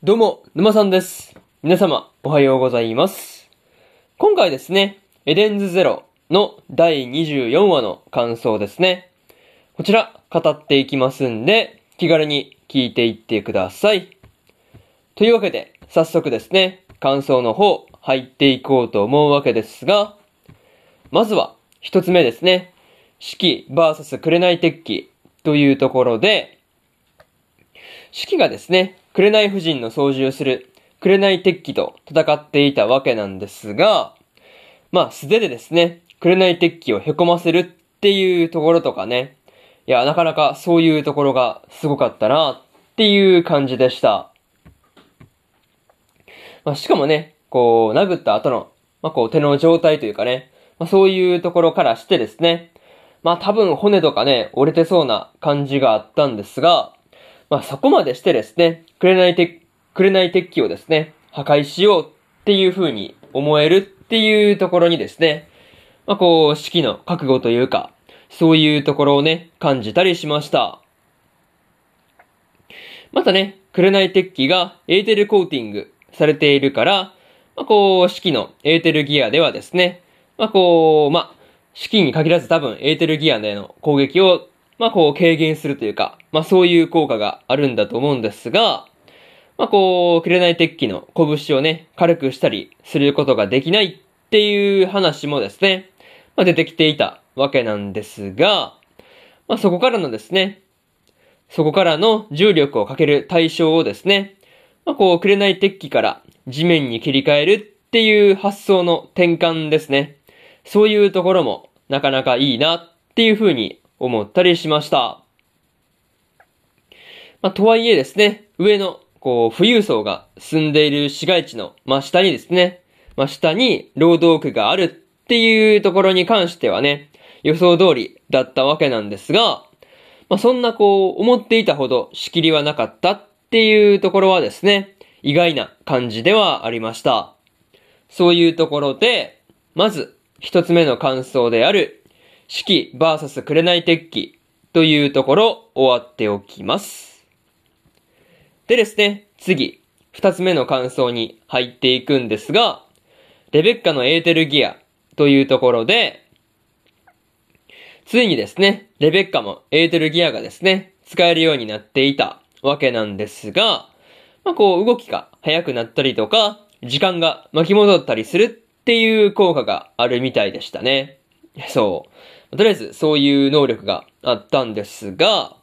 どうも、沼さんです。皆様、おはようございます。今回ですね、エデンズゼロの第24話の感想ですね。こちら、語っていきますんで、気軽に聞いていってください。というわけで、早速ですね、感想の方、入っていこうと思うわけですが、まずは、一つ目ですね、四季 VS 紅鉄騎というところで、四季がですね、紅夫人の操縦する紅鉄騎と戦っていたわけなんですが、素手でですね、紅鉄騎を凹ませるっていうところとかね、いや、なかなかそういうところがすごかったなっていう感じでした。しかもね、殴った後の、手の状態というかね、そういうところからしてですね、多分骨とかね、折れてそうな感じがあったんですが、そこまでしてですね、紅鉄騎をですね、破壊しようっていう風に思えるっていうところにですね、四季の覚悟というか、そういうところをね、感じたりしました。またね、紅鉄騎がエーテルコーティングされているから、四季のエーテルギアではですね、四季に限らず多分エーテルギアでの攻撃を軽減するというか、そういう効果があるんだと思うんですが、紅鉄騎の拳をね、軽くしたりすることができないっていう話もですね、出てきていたわけなんですが、そこからの重力をかける対象をですね、紅鉄騎から地面に切り替えるっていう発想の転換ですね。そういうところもなかなかいいなっていう風に思ったりしました。とはいえですね、上の、富裕層が住んでいる市街地の真下にですね、下に労働区があるっていうところに関してはね、予想通りだったわけなんですが、そんな思っていたほど仕切りはなかったっていうところはですね、意外な感じではありました。そういうところで、まず、一つ目の感想である、四季 VS 紅鉄騎というところ終わっておきます。でですね、次、二つ目の感想に入っていくんですが、レベッカのエーテルギアというところで、ついにですね、レベッカもエーテルギアがですね、使えるようになっていたわけなんですが、動きが速くなったりとか、時間が巻き戻ったりするっていう効果があるみたいでしたね。そう。とりあえずそういう能力があったんですが、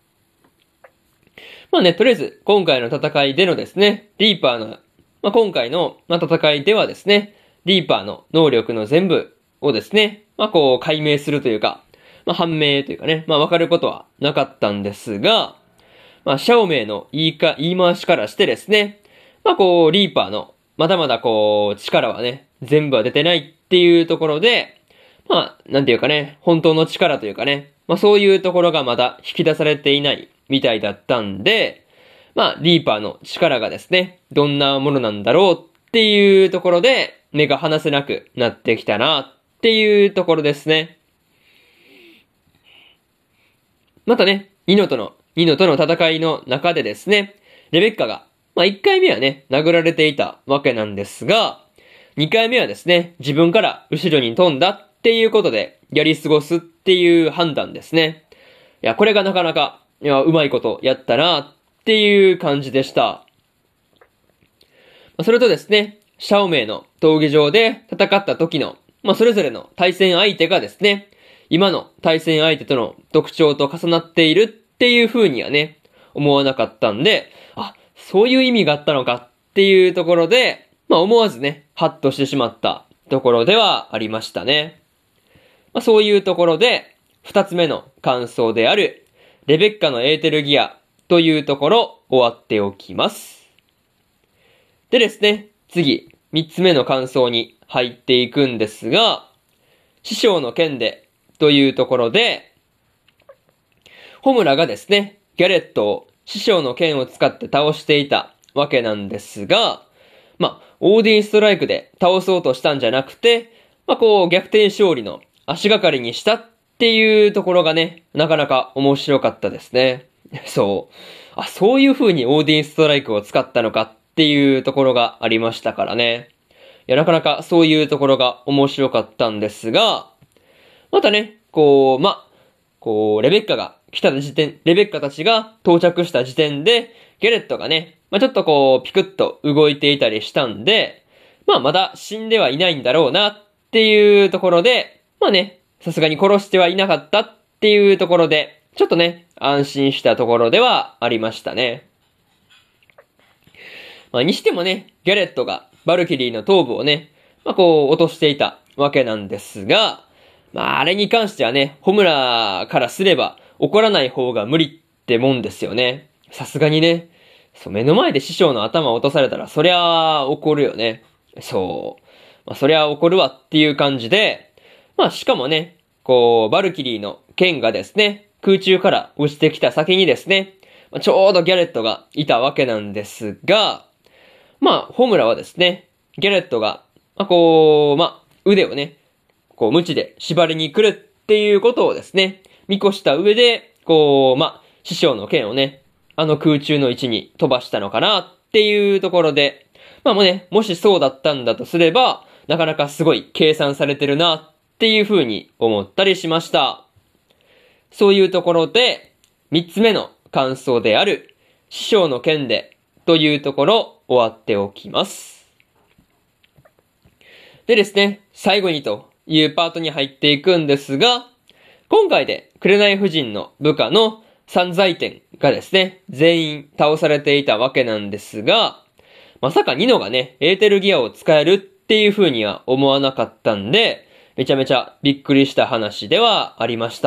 とりあえず今回の戦いでのですね、リーパーの、今回の戦いではですね、リーパーの能力の全部をですね、解明するというか、判明というかね、わかることはなかったんですが、シャオメイの言い回しからしてですね、リーパーの、まだまだ力はね、全部は出てないっていうところで、なんていうかね、本当の力というかね、そういうところがまだ引き出されていないみたいだったんで、リーパーの力がですね、どんなものなんだろうっていうところで、目が離せなくなってきたなっていうところですね。またね、ニノとの戦いの中でですね、レベッカが、1回目はね、殴られていたわけなんですが、2回目はですね、自分から後ろに飛んだっていうことで、やり過ごすっていう判断ですね。いや、これがなかなか、うまいことやったなっていう感じでした。それとですね、シャオメイの闘技場で戦った時の、それぞれの対戦相手がですね、今の対戦相手との特徴と重なっているっていう風にはね、思わなかったんで、そういう意味があったのかっていうところで、思わずね、ハッとしてしまったところではありましたね。そういうところで、二つ目の感想である、レベッカのエーテルギアというところ終わっておきます。でですね、次、三つ目の感想に入っていくんですが、師匠の剣でというところで、ホムラがですね、ギャレットを師匠の剣を使って倒していたわけなんですが、オーディンストライクで倒そうとしたんじゃなくて、逆転勝利の足がかりにしたっていうところがね、なかなか面白かったですね。そう。 そういう風にオーディンストライクを使ったのかっていうところがありましたからね。いや、なかなかそういうところが面白かったんですが、またね、レベッカたちが到着した時点で、ゲレットがね、ちょっとピクッと動いていたりしたんで、まだ死んではいないんだろうなっていうところで、さすがに殺してはいなかったっていうところで、ちょっとね、安心したところではありましたね。にしてもね、ギャレットがバルキリーの頭部をね、落としていたわけなんですが、あれに関してはね、ホムラからすれば怒らない方が無理ってもんですよね。さすがにね、目の前で師匠の頭を落とされたら、そりゃあ怒るよね。そりゃ怒るわっていう感じで、しかもね、バルキリーの剣がですね、空中から落ちてきた先にですね、ちょうどギャレットがいたわけなんですが、ホムラはですね、ギャレットが、腕をね、鞭で縛りに来るっていうことをですね、見越した上で、師匠の剣をね、空中の位置に飛ばしたのかなっていうところで、もしそうだったんだとすれば、なかなかすごい計算されてるなっていう風に思ったりしました。そういうところで、三つ目の感想である、師匠の剣でというところ終わっておきます。でですね、最後にというパートに入っていくんですが、今回で紅夫人の部下の散財天がですね、全員倒されていたわけなんですが、まさかニノがね、エーテルギアを使えるっていう風には思わなかったんで、めちゃめちゃびっくりした話ではありました。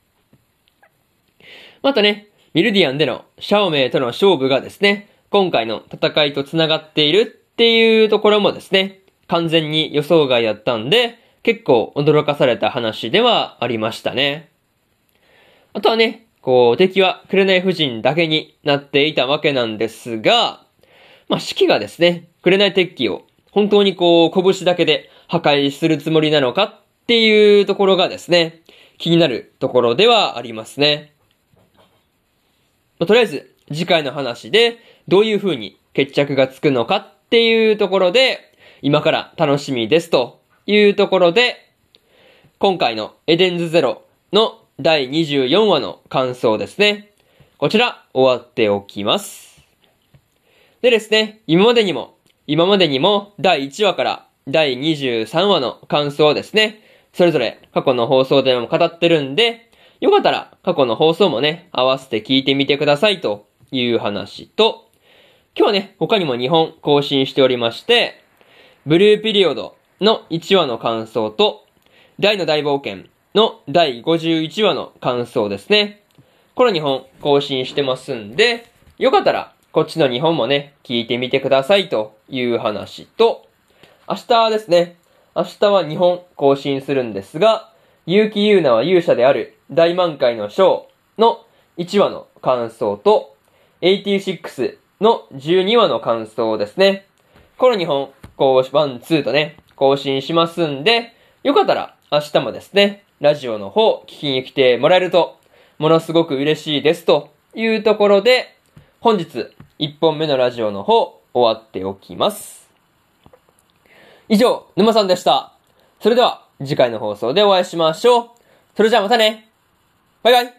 またね、ミルディアンでのシャオメイとの勝負がですね、今回の戦いと繋がっているっていうところもですね、完全に予想外だったんで、結構驚かされた話ではありましたね。あとはね、敵は紅夫人だけになっていたわけなんですが、シキがですね、紅鉄器を本当に拳だけで破壊するつもりなのかっていうところがですね、気になるところではありますね。とりあえず、次回の話でどういう風に決着がつくのかっていうところで、今から楽しみですというところで、今回のエデンズゼロの第24話の感想ですね。こちら終わっておきます。でですね、今までにも第1話から第23話の感想をですね、それぞれ過去の放送でも語ってるんで、よかったら過去の放送もね、合わせて聞いてみてくださいという話と、今日はね、他にも2本更新しておりまして、ブルーピリオドの1話の感想と、大の大冒険の第51話の感想ですね。この2本更新してますんで、よかったらこっちの2本もね、聞いてみてくださいという話と、明日ですね、明日は2本更新するんですが、結城優奈は勇者である大満開のショーの1話の感想と、86の12話の感想ですね。この2本、1、2とね、更新しますんで、よかったら明日もですね、ラジオの方聞きに来てもらえると、ものすごく嬉しいですというところで、本日1本目のラジオの方終わっておきます。以上、沼さんでした。それでは次回の放送でお会いしましょう。それじゃあまたね。バイバイ。